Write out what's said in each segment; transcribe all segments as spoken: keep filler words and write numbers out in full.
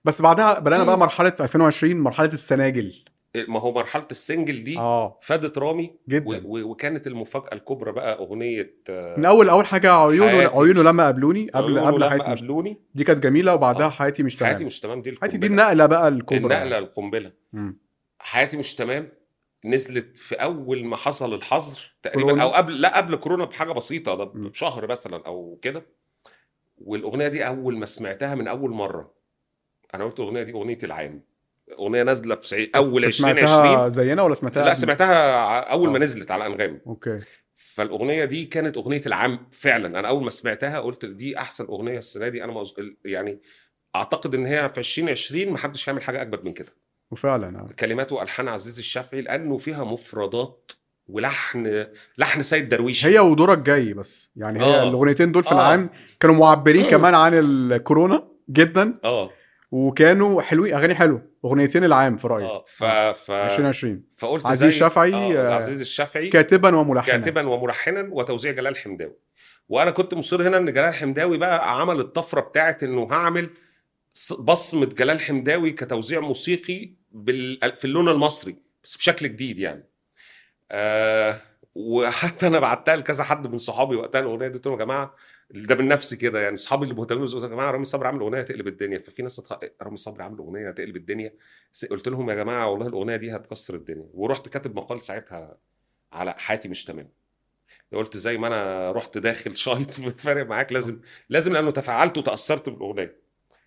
بس بعدها بدأنا بقى مرحلة ألفين وعشرين، مرحلة السناجل. ما هو مرحله السنجل دي اه فادت رامي جدا. و... و... وكانت المفاجاه الكبرى بقى اغنيه من اول اول حاجه عيونه حياتي عيونه مش لما قابلوني، قبل عيونه قبل لما حياتي مش قابلوني. دي كانت جميله، وبعدها اه حياتي مش حياتي تمام. مش تمام دي حياتي دي القنبله، النقله بقى الكبرى النقله يعني. القنبله. مم. حياتي مش تمام نزلت في اول ما حصل الحظر تقريبا، كورونا. او قبل، لا قبل كورونا بحاجه بسيطه، ده مم. بشهر مثلا او كده. والاغنيه دي اول ما سمعتها من اول مره انا قلت الاغنيه دي اغنيه العام. اغنيه نازله في سعي- بس اول سمعتها ألفين وعشرين. زينا ولا سمعتها لا قبل؟ سمعتها ع- اول ما اه نزلت على انغامي. اوكي. فالاغنيه دي كانت اغنيه العام فعلا. انا اول ما سمعتها قلت دي احسن اغنيه السنه دي. انا مز... يعني اعتقد ان هي في ألفين وعشرين ما حدش هيعمل حاجه اجمد من كده. وفعلا اه. كلمات والحان عزيز الشافعي، لانه فيها مفردات ولحن، لحن سيد درويشي. هي ودورك جاي بس يعني، هي اه الاغنيتين دول في العام اه كانوا معبرين كمان عن الكورونا جدا، اه وكانوا حلوين، اغاني حلوه، اغنيتين العام في رايي. اه ف اه ف ألفين وعشرين. فقلت عزيز زي شافعي اه آه، عزيز الشافعي كاتبا وملحنا. كاتبا وملحنا وتوزيع جلال حمداوي. وانا كنت مصر هنا ان جلال حمداوي بقى عمل الطفره بتاعت انه هعمل ص- بصمه جلال حمداوي كتوزيع موسيقي بال... في اللون المصري بس بشكل جديد يعني. آه وحتى انا بعتها لكذا حد من صحابي وقتها الاغنيه دي، قلت لهم يا جماعه ده من نفسي كده يعني، اصحابي اللي مهتمين بالموسيقى، يا جماعه رامي صبري عامل اغنيه تقلب الدنيا. ففي ناس تخ... رامي صبري عامل اغنيه تقلب الدنيا. س- قلت لهم يا جماعه والله الاغنيه دي هتكسر الدنيا. ورحت كاتب مقال ساعتها على حياتي مش تمام. قلت زي ما انا رحت داخل شايط فارق معاك، لازم لازم لانه تفاعلت وتاثرت بالاغنيه.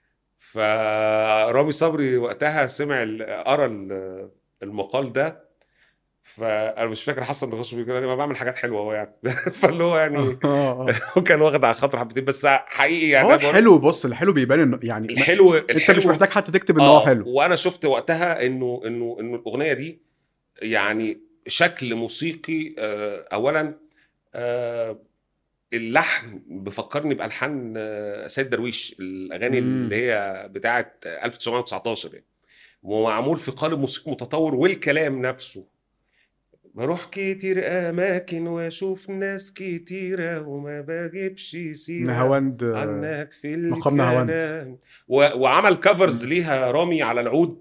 فرامي صبري وقتها سمع ال- قرا ال- المقال ده. فانا مش فاكر حسن نقاش بيقول انا بعمل حاجات حلوه هو يعني فاللي هو يعني اه هو كان واخد على خاطر حبتين بس حقيقي يعني. هو أنا بقول الحلو، بص الحلو بيبان انه يعني ما الحلو انت مش الحلو محتاج حتى تكتب ان هو اه. حلو. وانا شفت وقتها انه انه انه الاغنيه دي يعني شكل موسيقي. آه اولا آه اللحن بفكرني بالحان آه سيد درويش، الاغاني اللي امم هي بتاعه ألف وتسعمية وتسعتاشر يعني، ومعمول في قالب موسيقي متطور. والكلام نفسه بروح كتير اماكن واشوف ناس كتيره وما بجيبش سيره نهاوند، عنك في مقام نهاوند. الكلام. و... وعمل كفرز مم. ليها رامي على العود.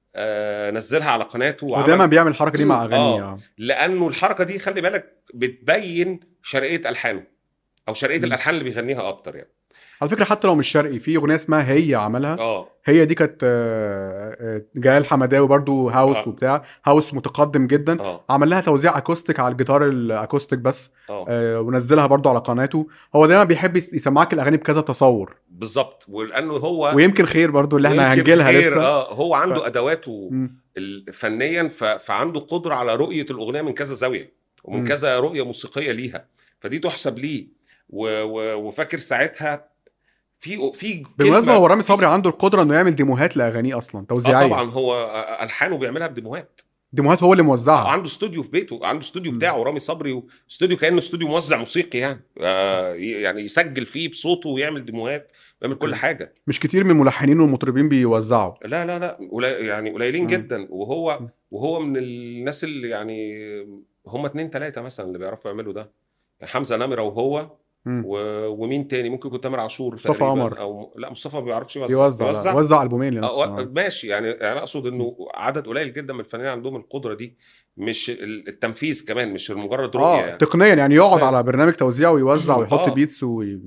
آه نزلها على قناته هو دايما وعمل بيعمل الحركه دي مع اغانيه اه. اه. لانه الحركه دي خلي بالك بتبين شرقيه الحانه او شرقيه مم. الالحان اللي بيغنيها اكتر يعني. على فكره حتى لو مش شرقي، في اغنيه اسمها هي عملها. اه هي دي كانت آه، آه، جلال حمداوي برضو هاوس اه وبتاع، هاوس متقدم جدا. اه عمل لها توزيع اكوستيك على الجيتار الاكوستيك بس. اه آه، ونزلها برضو على قناته. هو دايما بيحب يس- يسمعك الاغاني بكذا تصور. بالظبط. ولانه هو ويمكن خير برضو اللي احنا ويمكن هنجيلها خير لسه. اه هو ف... عنده ادواته مم. ال- فنيا. ف... فعنده قدره على رؤيه الاغنيه من كذا زاويه ومن مم. كذا رؤيه موسيقيه ليها. فدي تحسب ليه. و... و... وفاكر ساعتها في في بالمناسبه كلمه هو رامي صبري في عنده القدره انه يعمل ديموهات لاغانيه اصلا اه توزيعيه. طبعا هو الحانه بيعملها بديموهات. ديموهات هو اللي آه، موزعها. عنده استوديو في بيته، عنده استوديو مم. بتاعه رامي صبري، استوديو كانه استوديو موزع موسيقي يعني. آه يعني يسجل فيه بصوته ويعمل ديموهات ويعمل كل اوكي. حاجه. مش كتير من الملحنين والمطربين بيوزعوا. لا لا لا قليل يعني، قليلين مم. جدا. وهو مم. وهو من الناس اللي يعني هم اتنين تلاتة مثلا اللي بيعرفوا يعملوا ده. يعني حمزة نمرة وهو مم. و... ومين تاني ممكن يكون تامر عاشور مصطفى تقريبا، قمر او لا مصطفى ما بيعرفش يوزع. بيوزع، لا بيوزع وزع ألبومين أه لنفسه و- آه. ماشي يعني. يعني اقصد مم. انه عدد قليل جدا من الفنانين عندهم القدرة دي. مش ال- التنفيذ كمان، مش مجرد رؤية اه يعني. تقنيا يعني يقعد تقنيا على برنامج توزيع ويوزع ويحط اه. بيتس وي...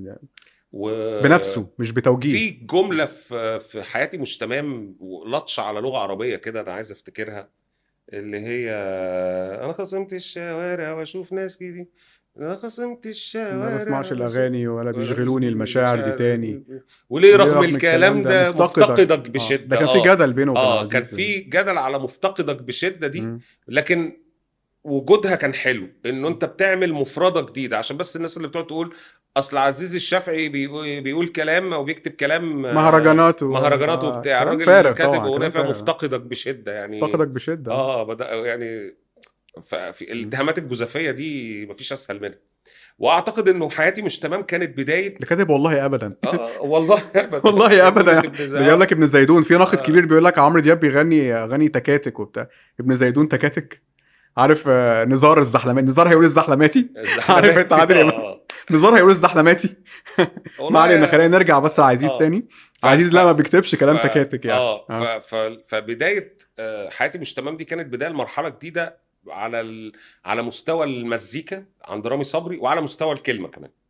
و بنفسه مش بتوجيه. في جملة في في حياتي مش تمام لطش على لغة عربية كده انا عايز افتكرها، اللي هي انا خصمت الشوارع واشوف ناس كتير. انا خصمت ما الشوارع بسمعش واشوف الاغاني ولا ولا بيشغلوني بيشغلوني مش المشاعر دي عارف تاني. وليه وليه رغم رغم الكلام الكلام ده ده مفتقدك. مفتقدك اه ده بشدة. كان في اه جدل بينه وبين اه كان عزيز. في جدل على مفتقدك بشدة دي. مم. لكن وجودها كان حلو انه انت بتعمل مفردة جديدة. عشان بس الناس اللي بتقعد تقول اصل عزيز الشافعي بيقول, بيقول كلام او بيكتب كلام آه، مهرجانات و... مهرجانات آه وبتاع. كلام الراجل فارغ كاتب طبعا، اغنية كلام فيها فارغ. مفتقدك بشدة يعني. مفتقدك بشدة. اه بدأ يعني. ففي مم. الاتهامات الجزافيه دي مفيش اسهل منها. واعتقد انه حياتي مش تمام كانت بدايه. ده كاتب والله ابدا. اه والله ابدا والله ابدا. جمله ابن ده جاب زهار. لك ابن زيدون، في ناقد كبير آه بيقول لك عمرو دياب بيغني اغاني تكاتك وبتاع، ابن زيدون تكاتك. عارف آه، نزار الزحلماتي، نزار هيقول الزحلماتي. عارف انت الزحلمات عادل امام اه نزار هيقول الزحلماتي. ما والله علينا، خلينا نرجع بس لعزيز اه تاني. ف عزيز ف لا ما بيكتبش ف كلام تكاتك يعني. اه ف اه. ف فبدايه آه، حياتي مش تمام دي كانت بدايه لمرحله جديده على ال... على مستوى المزيكا عند رامي صبري، وعلى مستوى الكلمه كمان.